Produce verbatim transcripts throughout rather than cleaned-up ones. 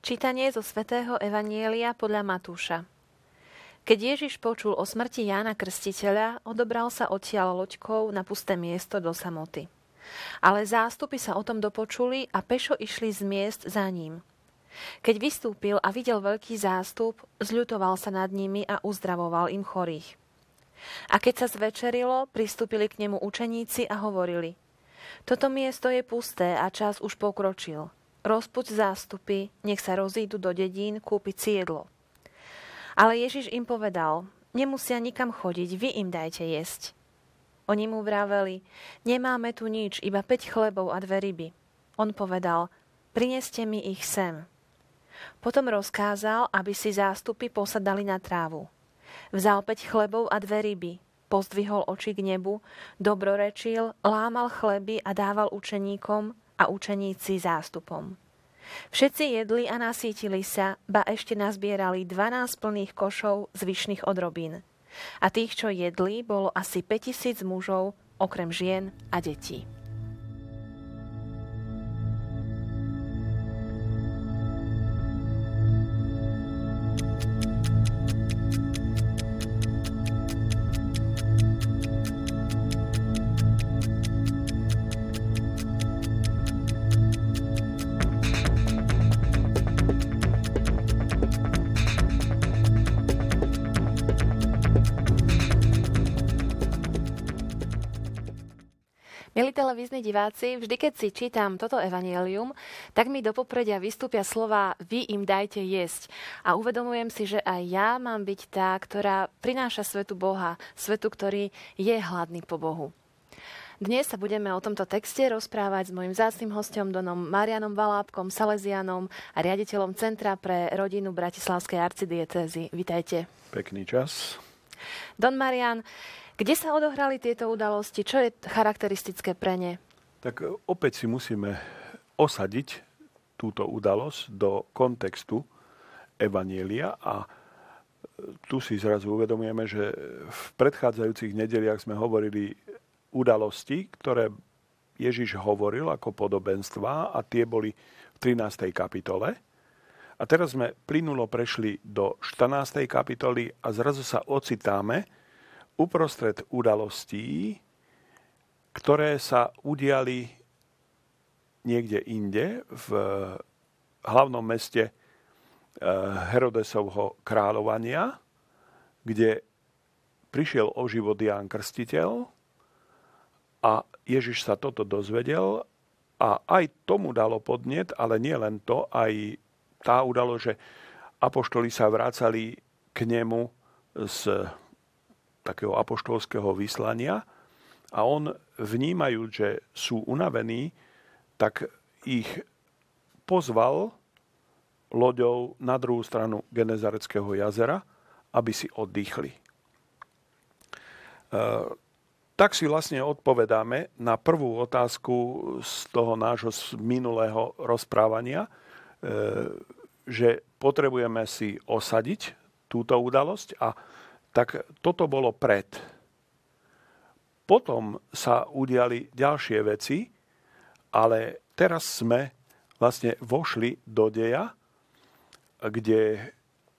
Čítanie zo svätého Evanjelia podľa Matúša. Keď Ježiš počul o smrti Jána Krstiteľa, odobral sa odtiaľ loďkou na pusté miesto do samoty. Ale zástupy sa o tom dopočuli a pešo išli z miest za ním. Keď vystúpil a videl veľký zástup, zľutoval sa nad nimi a uzdravoval im chorých. A keď sa zvečerilo, pristúpili k nemu učeníci a hovorili: Toto miesto je pusté a čas už pokročil. Rozpuď zástupy, nech sa rozídu do dedín kúpiť si jedlo. Ale Ježiš im povedal: Nemusia nikam chodiť, vy im dajte jesť. Oni mu vraveli: Nemáme tu nič, iba päť chlebov a dve ryby. On povedal: Prineste mi ich sem. Potom rozkázal, aby si zástupy posadali na trávu. Vzal päť chlebov a dve ryby, pozdvihol oči k nebu, dobrorečil, lámal chleby a dával učeníkom a učeníci zástupom. Všetci jedli a nasýtili sa, ba ešte nazbierali dvanásť plných košov zvyšných odrobín. A tých, čo jedli, bolo asi päťtisíc mužov, okrem žien a detí. Milí televízni diváci, vždy keď si čítam toto evanjelium, tak mi do popredia vystúpia slova vy im dajte jesť. A uvedomujem si, že aj ja mám byť tá, ktorá prináša svetu Boha, svetu, ktorý je hladný po Bohu. Dnes sa budeme o tomto texte rozprávať s mojím vzácnym hosťom Donom Marianom Valábkom, Salesianom a riaditeľom Centra pre rodinu Bratislavskej arcidiecézy. Vitajte. Pekný čas. Don Marian, kde sa odohrali tieto udalosti? Čo je charakteristické pre ne? Tak opäť si musíme osadiť túto udalosť do kontextu Evanjelia a tu si zrazu uvedomujeme, že v predchádzajúcich nedeliach sme hovorili udalosti, ktoré Ježiš hovoril ako podobenstvá a tie boli v trinástej kapitole. A teraz sme plynulo prešli do štrnástej kapitoly a zrazu sa ocitáme uprostred udalostí, ktoré sa udiali niekde inde, v hlavnom meste Herodesovho kráľovania, kde prišiel o život Ján Krstiteľ a Ježiš sa toto dozvedel a aj tomu dalo podnet, ale nie len to, aj tá udalosť, že apoštoli sa vracali k nemu z takého apoštolského vyslania a on, vnímajúc, že sú unavení, tak ich pozval loďou na druhú stranu Genezareckého jazera, aby si oddychli. E, tak si vlastne odpovedáme na prvú otázku z toho nášho minulého rozprávania, e, že potrebujeme si osadiť túto udalosť a tak toto bolo pred. Potom sa udiali ďalšie veci, ale teraz sme vlastne vošli do deja, kde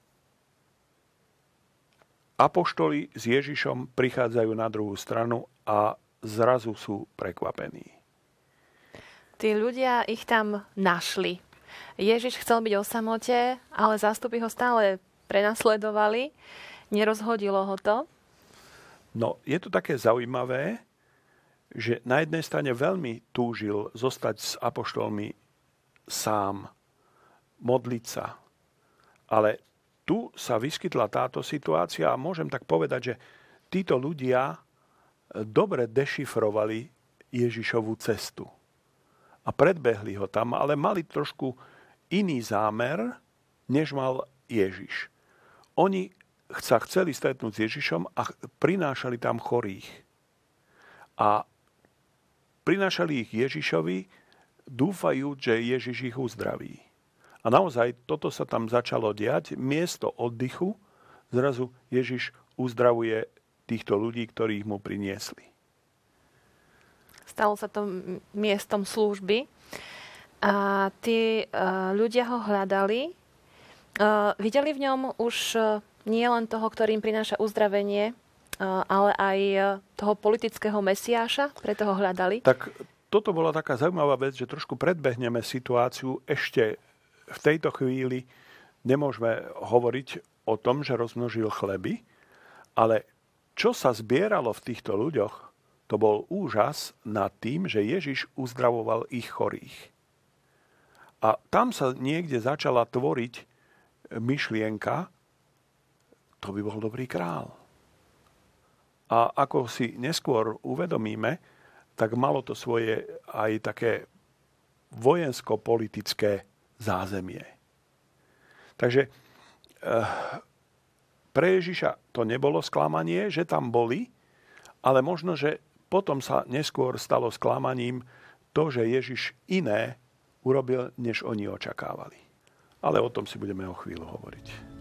apoštoli s Ježišom prichádzajú na druhú stranu a zrazu sú prekvapení. Tí ľudia ich tam našli. Ježiš chcel byť o samote, ale zástupy ho stále prenasledovali. Nerozhodilo ho to? No, je to také zaujímavé, že na jednej strane veľmi túžil zostať s apoštolmi sám, modliť sa. Ale tu sa vyskytla táto situácia a môžem tak povedať, že títo ľudia dobre dešifrovali Ježišovu cestu. A predbehli ho tam, ale mali trošku iný zámer, než mal Ježiš. Oni sa chceli stretnúť s Ježišom a prinášali tam chorých. A prinášali ich Ježišovi, dúfajú, že Ježiš ich uzdraví. A naozaj toto sa tam začalo diať. Miesto oddychu zrazu Ježiš uzdravuje týchto ľudí, ktorých mu priniesli. Stalo sa to miestom služby. A tí uh, ľudia ho hľadali. Uh, videli v ňom už uh, nie len toho, ktorým prináša uzdravenie, uh, ale aj uh, toho politického mesiáša, preto ho hľadali. Tak toto bola taká zaujímavá vec, že trošku predbehneme situáciu. Ešte v tejto chvíli nemôžeme hovoriť o tom, že rozmnožil chleby, ale čo sa zbieralo v týchto ľuďoch, to bol úžas nad tým, že Ježiš uzdravoval ich chorých. A tam sa niekde začala tvoriť myšlienka, to by bol dobrý král. A ako si neskôr uvedomíme, tak malo to svoje aj také vojensko-politické zázemie. Takže pre Ježiša to nebolo sklamanie, že tam boli, ale možno, že potom sa neskôr stalo sklamaním to, že Ježiš iné urobil, než oni očakávali. Ale o tom si budeme o chvíľu hovoriť.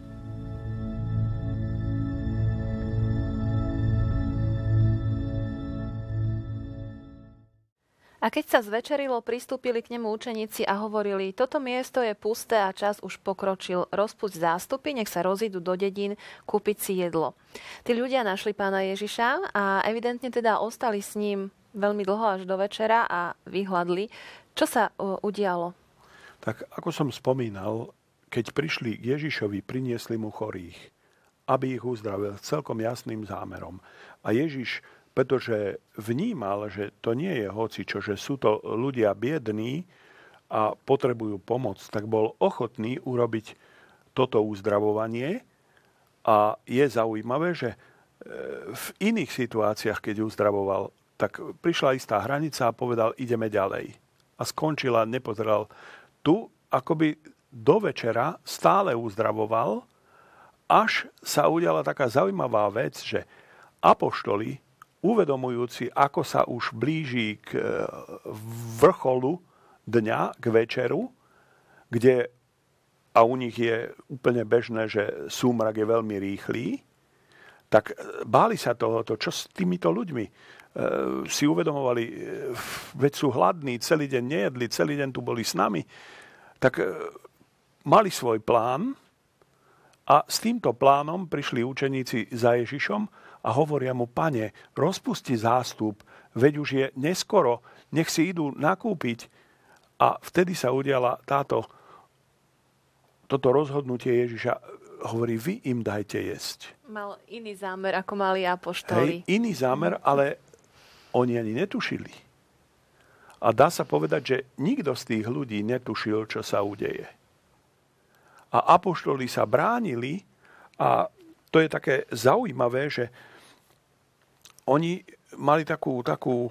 A keď sa zvečerilo, pristúpili k nemu učeníci a hovorili, toto miesto je pusté a čas už pokročil. Rozpusť zástupy, nech sa rozídu do dedín kúpiť si jedlo. Tí ľudia našli pána Ježiša a evidentne teda ostali s ním veľmi dlho až do večera a vyhladli. Čo sa uh, udialo? Tak ako som spomínal, keď prišli k Ježišovi, priniesli mu chorých, aby ich uzdravil celkom jasným zámerom. A Ježiš, pretože vnímal, že to nie je hocičo, že sú to ľudia biední a potrebujú pomoc, tak bol ochotný urobiť toto uzdravovanie. A je zaujímavé, že v iných situáciách, keď uzdravoval, tak prišla istá hranica a povedal, ideme ďalej. A skončila, nepozeral. Tu akoby do večera stále uzdravoval, až sa udiala taká zaujímavá vec, že apoštoli, uvedomujúci, ako sa už blíži k vrcholu dňa, k večeru, kde, a u nich je úplne bežné, že súmrak je veľmi rýchly, tak báli sa tohoto, čo s týmito ľuďmi. E, si uvedomovali, veď sú hladní, celý deň nejedli, celý deň tu boli s nami, tak e, mali svoj plán a s týmto plánom prišli učeníci za Ježišom a hovoria mu, pane, rozpusti zástup, veď už je neskoro, nech si idú nakúpiť. A vtedy sa udiala táto, toto rozhodnutie Ježiša, hovorí, vy im dajte jesť. Mal iný zámer, ako mali apoštoli. Hej, iný zámer, ale oni ani netušili. A dá sa povedať, že nikto z tých ľudí netušil, čo sa udeje. A apoštoli sa bránili a to je také zaujímavé, že oni mali takú, takú e,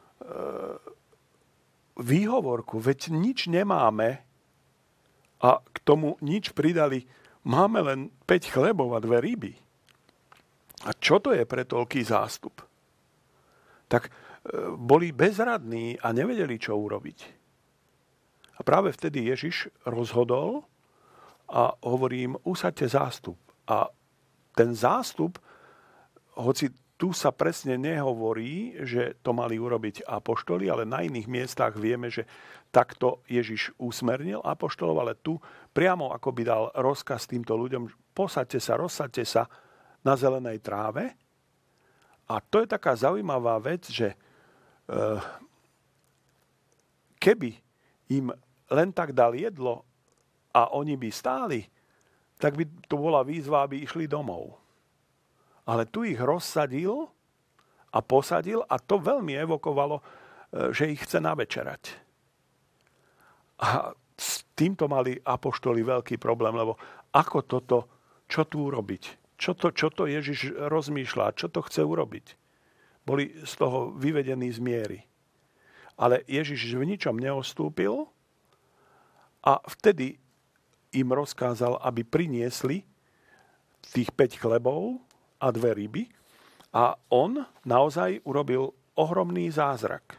výhovorku, veď nič nemáme a k tomu nič pridali, máme len päť chlebov a dve ryby. A čo to je pre toľký zástup? Tak e, boli bezradní a nevedeli, čo urobiť. A práve vtedy Ježiš rozhodol a hovorí im, usaďte zástup. A ten zástup, hoci tu sa presne nehovorí, že to mali urobiť apoštoli, ale na iných miestach vieme, že takto Ježiš usmernil apoštolov, ale tu priamo ako by dal rozkaz týmto ľuďom, posaďte sa, rozsaďte sa na zelenej tráve. A to je taká zaujímavá vec, že keby im len tak dal jedlo a oni by stáli, tak by to bola výzva, aby išli domov. Ale tu ich rozsadil a posadil a to veľmi evokovalo, že ich chce navečerať. A s týmto mali apoštoli veľký problém, lebo ako toto, čo tu urobiť? Čo to, čo to Ježiš rozmýšľa? Čo to chce urobiť? Boli z toho vyvedení z miery. Ale Ježiš v ničom neostúpil a vtedy im rozkázal, aby priniesli tých päť chlebov a dve ryby a on naozaj urobil ohromný zázrak. E,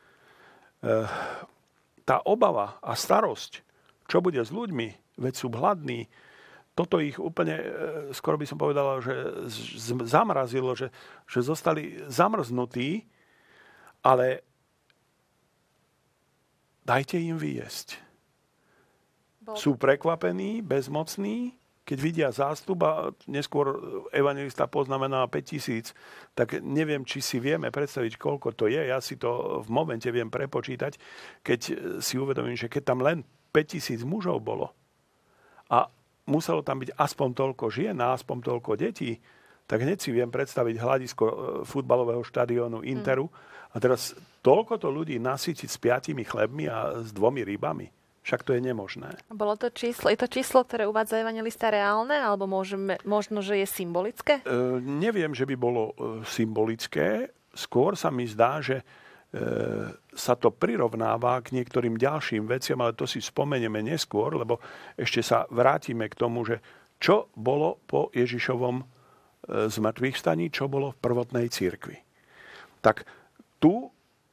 tá obava a starosť, čo bude s ľuďmi, veď sú hladní, toto ich úplne, skoro by som povedal, že zamrazilo, že, že zostali zamrznutí, ale dajte im vyjesť. Bol... Sú prekvapení, bezmocní, keď vidia zástup a neskôr evanjelista poznamená päť tisíc, tak neviem, či si vieme predstaviť, koľko to je. Ja si to v momente viem prepočítať, keď si uvedomím, že keď tam len päť tisíc mužov bolo a muselo tam byť aspoň toľko žien a aspoň toľko detí, tak hneď si viem predstaviť hľadisko futbalového štadiónu Interu a teraz toľko to ľudí nasytiť s piatimi chlebmi a s dvomi rybami. Však to je nemožné. Bolo to číslo, je to číslo, ktoré uvádza evanjelista reálne, alebo môžeme, možno, že je symbolické? E, neviem, že by bolo e, symbolické. Skôr sa mi zdá, že e, sa to prirovnáva k niektorým ďalším veciam, ale to si spomenieme neskôr, lebo ešte sa vrátime k tomu, že čo bolo po Ježišovom e, zmŕtvychvstaní, čo bolo v prvotnej cirkvi. Tak tu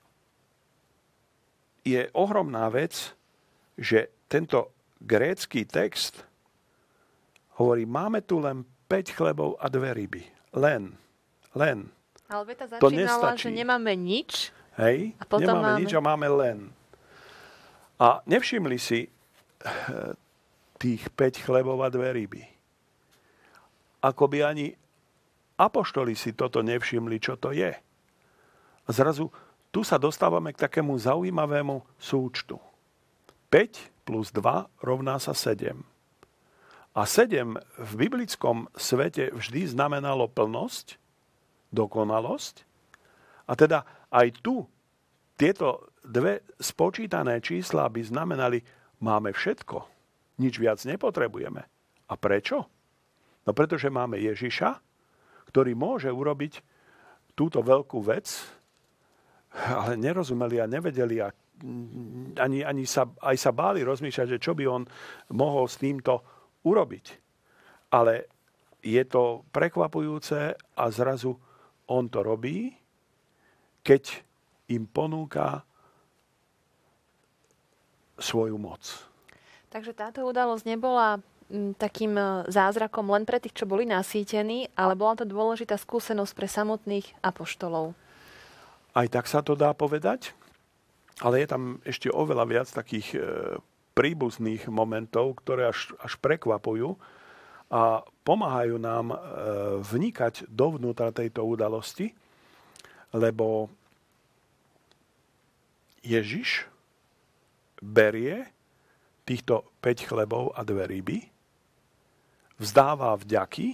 je ohromná vec, že tento grécky text hovorí, máme tu len päť chlebov a dve ryby. Len. Len. Ale veta to začínala, nestačí. že nemáme nič. Hej, a potom nemáme máme... nič a máme len. A nevšimli si tých päť chlebov a dve ryby. Ako by ani apoštoli si toto nevšimli, čo to je. A zrazu tu sa dostávame k takému zaujímavému súčtu. päť plus dva rovná sa sedem. A sedem v biblickom svete vždy znamenalo plnosť, dokonalosť. A teda aj tu tieto dve spočítané čísla by znamenali, máme všetko, nič viac nepotrebujeme. A prečo? No pretože máme Ježiša, ktorý môže urobiť túto veľkú vec, ale nerozumeli a nevedeli a Ani, ani sa, aj sa báli rozmýšľať, že čo by on mohol s týmto urobiť. Ale je to prekvapujúce a zrazu on to robí, keď im ponúka svoju moc. Takže táto udalosť nebola takým zázrakom len pre tých, čo boli nasýtení, ale bola to dôležitá skúsenosť pre samotných apoštolov. Aj tak sa to dá povedať. Ale je tam ešte oveľa viac takých e, príbuzných momentov, ktoré až, až prekvapujú a pomáhajú nám e, vnikať dovnútra tejto udalosti, lebo Ježiš berie týchto päť chlebov a dve ryby, vzdáva vďaky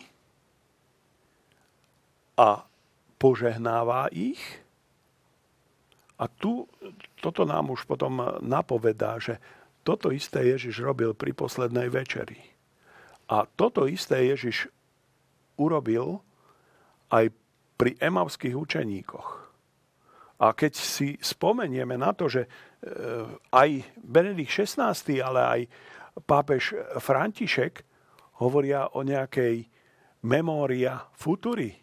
a požehnáva ich. A tu, toto nám už potom napovedá, že toto isté Ježiš robil pri poslednej večeri. A toto isté Ježiš urobil aj pri emavských učeníkoch. A keď si spomenieme na to, že aj Benedikt šestnásty, ale aj pápež František hovoria o nejakej memória futuri,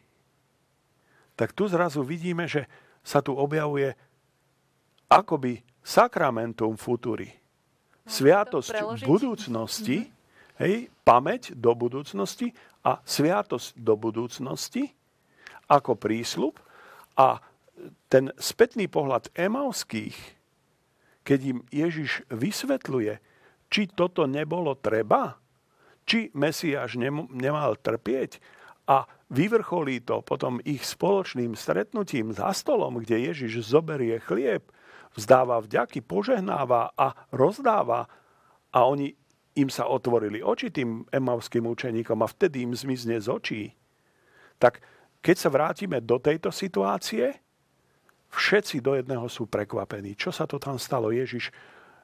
tak tu zrazu vidíme, že sa tu objavuje akoby sacramentum futuri. Sviatosť budúcnosti, hej, pamäť do budúcnosti a sviatosť do budúcnosti ako prísľub a ten spätný pohľad emauských, keď im Ježiš vysvetľuje, či toto nebolo treba, či Mesiáš nemal trpieť a vyvrcholí to potom ich spoločným stretnutím za stolom, kde Ježiš zoberie chlieb, vzdáva vďaky, požehnáva a rozdáva a oni im sa otvorili oči tým emavským učeníkom a vtedy im zmizne z očí. Tak keď sa vrátime do tejto situácie, všetci do jedného sú prekvapení. Čo sa to tam stalo? Ježiš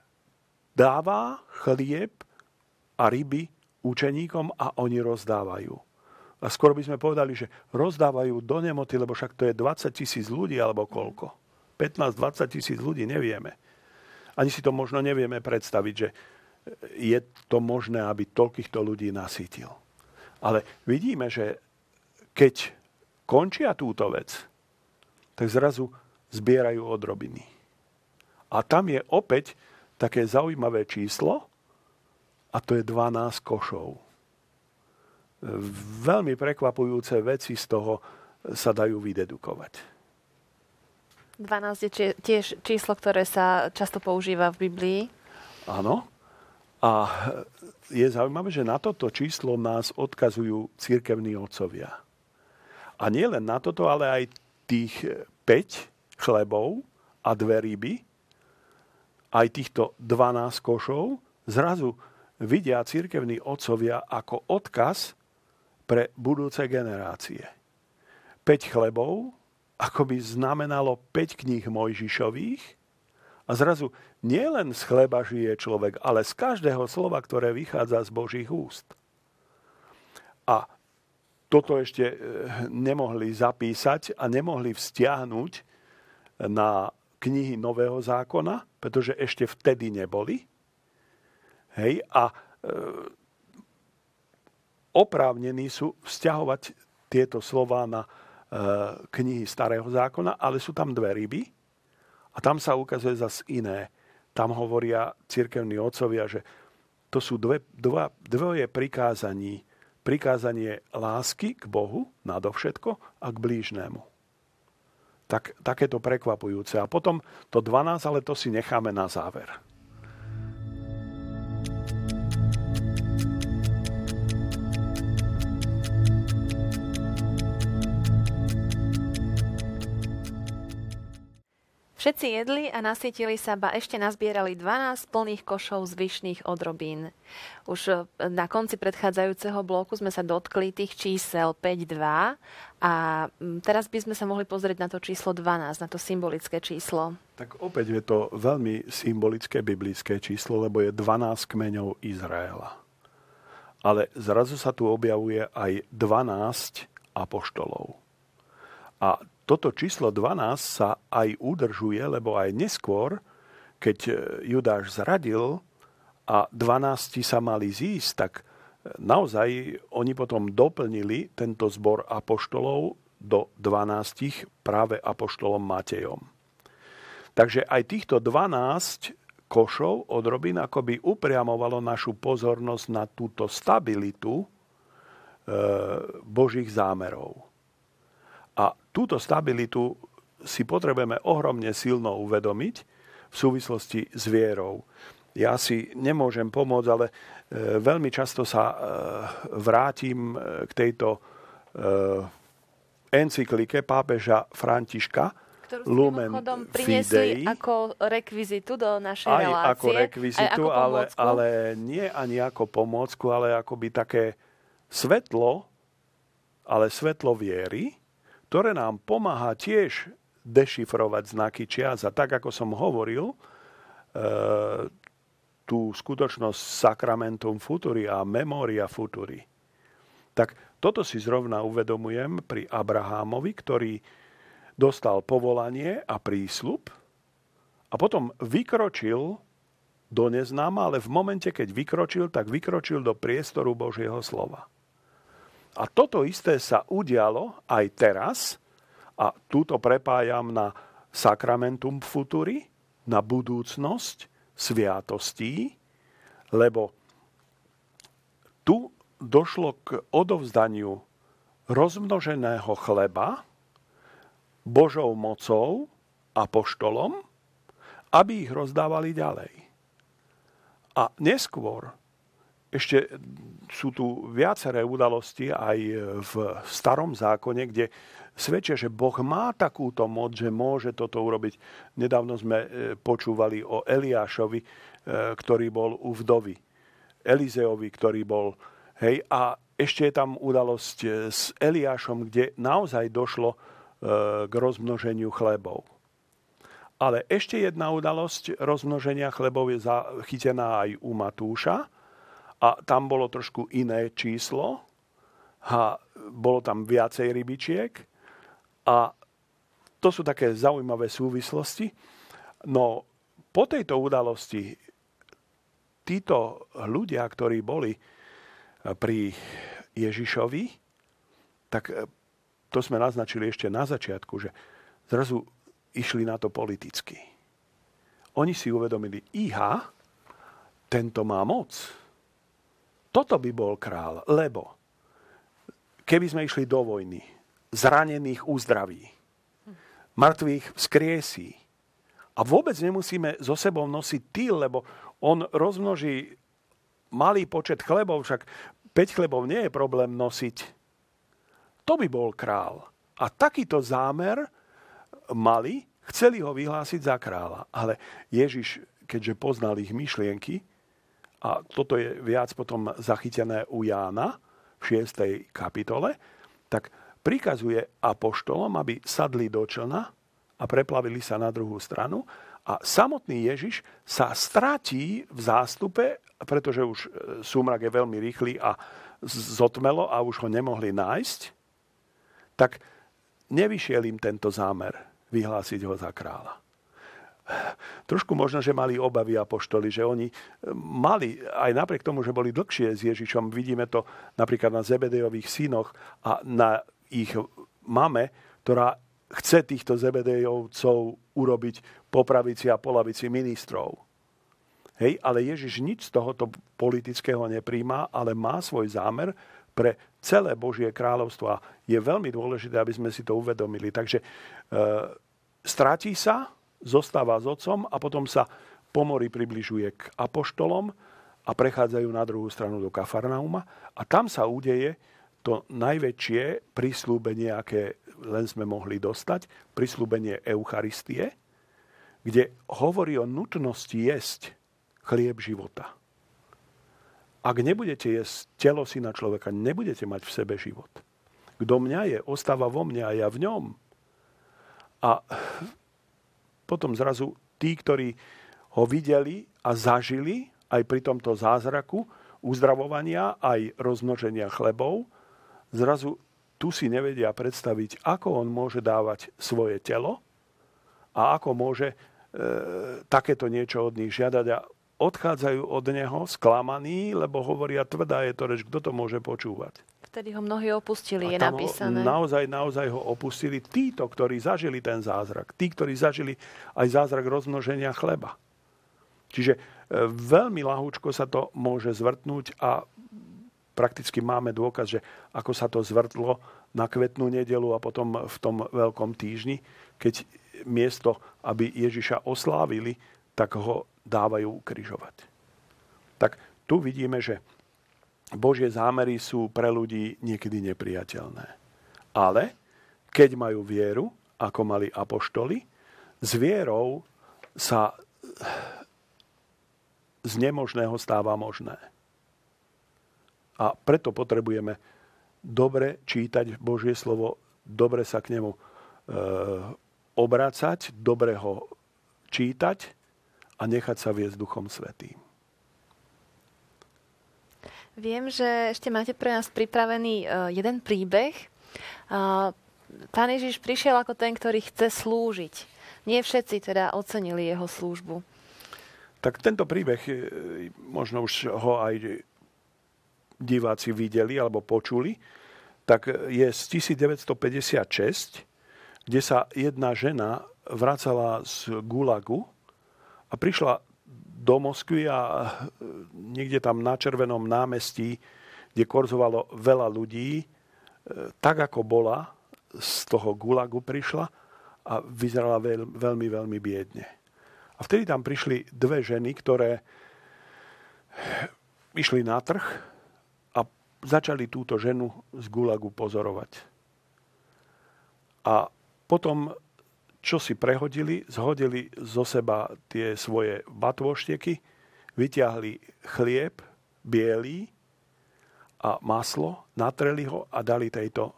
dáva chlieb a ryby učeníkom a oni rozdávajú. A skoro by sme povedali, že rozdávajú do nemoty, lebo však to je dvadsať tisíc ľudí alebo koľko. pätnásť dvadsať tisíc ľudí, nevieme. Ani si to možno nevieme predstaviť, že je to možné, aby toľkýchto ľudí nasýtil. Ale vidíme, že keď končia túto vec, tak zrazu zbierajú odrobiny. A tam je opäť také zaujímavé číslo, a to je dvanásť košov. Veľmi prekvapujúce veci z toho sa dajú vydedukovať. dvanásť je tiež číslo, ktoré sa často používa v Biblii. Áno. A je zaujímavé, že na toto číslo nás odkazujú cirkevní otcovia. A nie len na toto, ale aj tých päť chlebov a dve ryby, aj týchto dvanásť košov, zrazu vidia cirkevní otcovia ako odkaz pre budúce generácie. päť chlebov, ako by znamenalo päť kníh Mojžišových, a zrazu nie len z chleba žije človek, ale z každého slova, ktoré vychádza z Božích úst. A toto ešte nemohli zapísať a nemohli vzťahnuť na knihy Nového zákona, pretože ešte vtedy neboli. Hej, a e, oprávnení sú vzťahovať tieto slová na e, knihy Starého zákona, ale sú tam dve ryby a tam sa ukazuje zase iné. Tam hovoria cirkevní otcovia, že to sú dve, dva, dvoje prikázaní. Prikázanie lásky k Bohu nadovšetko a k blížnemu. Tak, takéto prekvapujúce. A potom to dvanásť, ale to si necháme na záver. Všetci jedli a nasytili sa, ba ešte nazbierali dvanásť plných košov zvyšných odrobín. Už na konci predchádzajúceho bloku sme sa dotkli tých čísel päť dva a teraz by sme sa mohli pozrieť na to číslo dvanásť, na to symbolické číslo. Tak opäť je to veľmi symbolické biblické číslo, lebo je dvanásť kmeňov Izraela. Ale zrazu sa tu objavuje aj dvanásť apoštolov. A toto číslo dvanásť sa aj udržuje, lebo aj neskôr, keď Judáš zradil a dvanásti sa mali zísť, tak naozaj oni potom doplnili tento zbor apoštolov do dvanástich práve apoštolom Matejom. Takže aj týchto dvanásť košov odrobín akoby upriamovalo našu pozornosť na túto stabilitu e, Božích zámerov. A túto stabilitu si potrebujeme ohromne silno uvedomiť v súvislosti s vierou. Ja si nemôžem pomôcť, ale e, veľmi často sa e, vrátim k tejto e, encyklike pápeža Františka, ktorú ste Lumen mimochodom priniesli Fidei, ako rekvizitu do našej aj relácie. ako rekvizitu, aj ako ale, ale nie ani ako pomôcku, ale akoby také svetlo, ale svetlo viery, ktoré nám pomáha tiež dešifrovať znaky čias. A tak, ako som hovoril, e, tú skutočnosť Sacramentum Futuri a Memoria Futuri. Tak toto si zrovna uvedomujem pri Abrahámovi, ktorý dostal povolanie a prísľub a potom vykročil do neznáma, ale v momente, keď vykročil, tak vykročil do priestoru Božieho slova. A toto isté sa udialo aj teraz a túto prepájam na Sacramentum Futuri, na budúcnosť sviatostí, lebo tu došlo k odovzdaniu rozmnoženého chleba Božou mocou apoštolom, aby ich rozdávali ďalej. A neskôr ešte sú tu viaceré udalosti aj v Starom zákone, kde svedčia, že Boh má takúto moc, že môže toto urobiť. Nedávno sme počúvali o Eliášovi, ktorý bol u vdovy. Elizeovi, ktorý bol... Hej, a ešte je tam udalosť s Eliášom, kde naozaj došlo k rozmnoženiu chlebov. Ale ešte jedna udalosť rozmnoženia chlebov je zachytená aj u Matúša, a tam bolo trošku iné číslo a bolo tam viacej rybičiek a to sú také zaujímavé súvislosti. No po tejto udalosti títo ľudia, ktorí boli pri Ježišovi, tak to sme naznačili ešte na začiatku, že zrazu išli na to politicky. Oni si uvedomili, iha, tento má moc. Toto by bol král, lebo keby sme išli do vojny, zranených uzdraví, mŕtvych vzkriesí. A vôbec nemusíme so sebou nosiť týl, lebo on rozmnoží malý počet chlebov, však päť chlebov nie je problém nosiť. To by bol král. A takýto zámer mali, chceli ho vyhlásiť za kráľa. Ale Ježiš, keďže poznal ich myšlienky, a toto je viac potom zachytené u Jána v šiestej kapitole, tak prikazuje apoštolom, aby sadli do člna a preplavili sa na druhú stranu. A samotný Ježiš sa stratí v zástupe, pretože už súmrak je veľmi rýchly a zotmelo a už ho nemohli nájsť, tak nevyšiel im tento zámer vyhlásiť ho za kráľa. Trošku možno, že mali obavy apoštoli, že oni mali, aj napriek tomu, že boli dlhšie s Ježišom, vidíme to napríklad na Zebedejových synoch a na ich mame, ktorá chce týchto Zebedejovcov urobiť po pravici a po lavici ministrov. Hej, ale Ježiš nič z tohoto politického nepríjma, ale má svoj zámer pre celé Božie kráľovstvo. A je veľmi dôležité, aby sme si to uvedomili. Takže e, stratí sa, zostáva s otcom a potom sa po mori približuje k apoštolom a prechádzajú na druhú stranu do Kafarnauma. A tam sa udeje to najväčšie prisľúbenie, aké len sme mohli dostať, prisľúbenie Eucharistie, kde hovorí o nutnosti jesť chlieb života. Ak nebudete jesť telo syna človeka, nebudete mať v sebe život. Kto mňa je, ostáva vo mne a ja v ňom. A potom zrazu tí, ktorí ho videli a zažili aj pri tomto zázraku uzdravovania, aj rozmnoženia chlebov, zrazu tu si nevedia predstaviť, ako on môže dávať svoje telo a ako môže e, takéto niečo od nich žiadať. A odchádzajú od neho sklamaní, lebo hovoria, tvrdá je to reč, kto to môže počúvať. Vtedy ho mnohí opustili, a je napísané. Naozaj, naozaj ho opustili títo, ktorí zažili ten zázrak. Tí, ktorí zažili aj zázrak rozmnoženia chleba. Čiže e, veľmi ľahúčko sa to môže zvrtnúť a prakticky máme dôkaz, že ako sa to zvrtlo na kvetnú nedeľu a potom v tom veľkom týždni, keď miesto, aby Ježiša oslávili, tak ho dávajú ukrižovať. Tak tu vidíme, že Božie zámery sú pre ľudí niekedy nepriateľné. Ale keď majú vieru, ako mali apoštoli, s vierou sa z nemožného stáva možné. A preto potrebujeme dobre čítať Božie slovo, dobre sa k nemu e, obracať, dobre ho čítať a nechať sa viesť Duchom Svätým. Viem, že ešte máte pre nás pripravený uh, jeden príbeh. Uh, Pán Ježiš prišiel ako ten, ktorý chce slúžiť. Nie všetci teda ocenili jeho službu. Tak tento príbeh, možno už ho aj diváci videli alebo počuli, tak je z devätnásťstopäťdesiatšesť, kde sa jedna žena vracala z Gulagu a prišla do Moskvy a niekde tam na Červenom námestí, kde korzovalo veľa ľudí, tak ako bola, z toho Gulagu prišla a vyzerala veľ, veľmi, veľmi biedne. A vtedy tam prišli dve ženy, ktoré išli na trh a začali túto ženu z Gulagu pozorovať. A potom čo si prehodili, zhodili zo seba tie svoje batôšteky, vyťahli chlieb bielý a maslo, natreli ho a dali tejto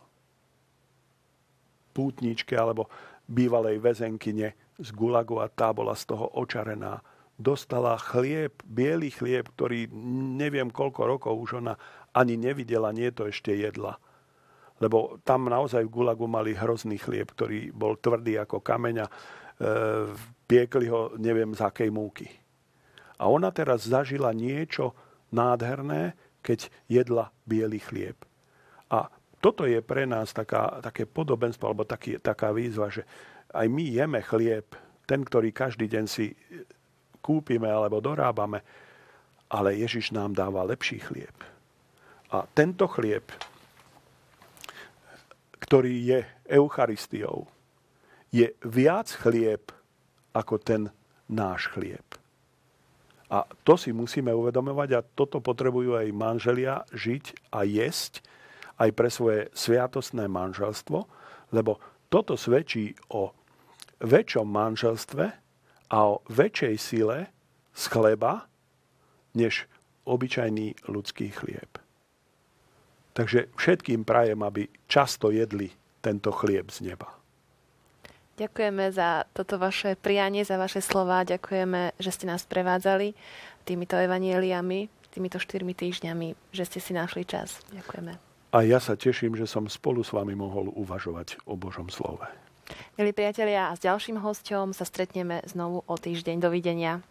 pútničke alebo bývalej väzenkyne z Gulagu a tá bola z toho očarená. Dostala chlieb, biely chlieb, ktorý neviem koľko rokov už ona ani nevidela, nie to ešte jedla. Lebo tam naozaj v Gulagu mali hrozný chlieb, ktorý bol tvrdý ako kameň a e, piekli ho neviem z akej múky. A ona teraz zažila niečo nádherné, keď jedla biely chlieb. A toto je pre nás taká, také podobenstvo, alebo taký, taká výzva, že aj my jeme chlieb, ten, ktorý každý deň si kúpime alebo dorábame, ale Ježiš nám dáva lepší chlieb. A tento chlieb, ktorý je Eucharistiou, je viac chlieb ako ten náš chlieb. A to si musíme uvedomovať a toto potrebujú aj manželia žiť a jesť aj pre svoje sviatostné manželstvo, lebo toto svedčí o väčšom manželstve a o väčšej sile z chleba, než obyčajný ľudský chlieb. Takže všetkým prajem, aby často jedli tento chlieb z neba. Ďakujeme za toto vaše prianie, za vaše slová. Ďakujeme, že ste nás prevádzali týmito evanjeliami, týmito štyrmi týždňami, že ste si našli čas. Ďakujeme. A ja sa teším, že som spolu s vami mohol uvažovať o Božom slove. Milí priatelia, a s ďalším hosťom sa stretneme znovu o týždeň. Dovidenia.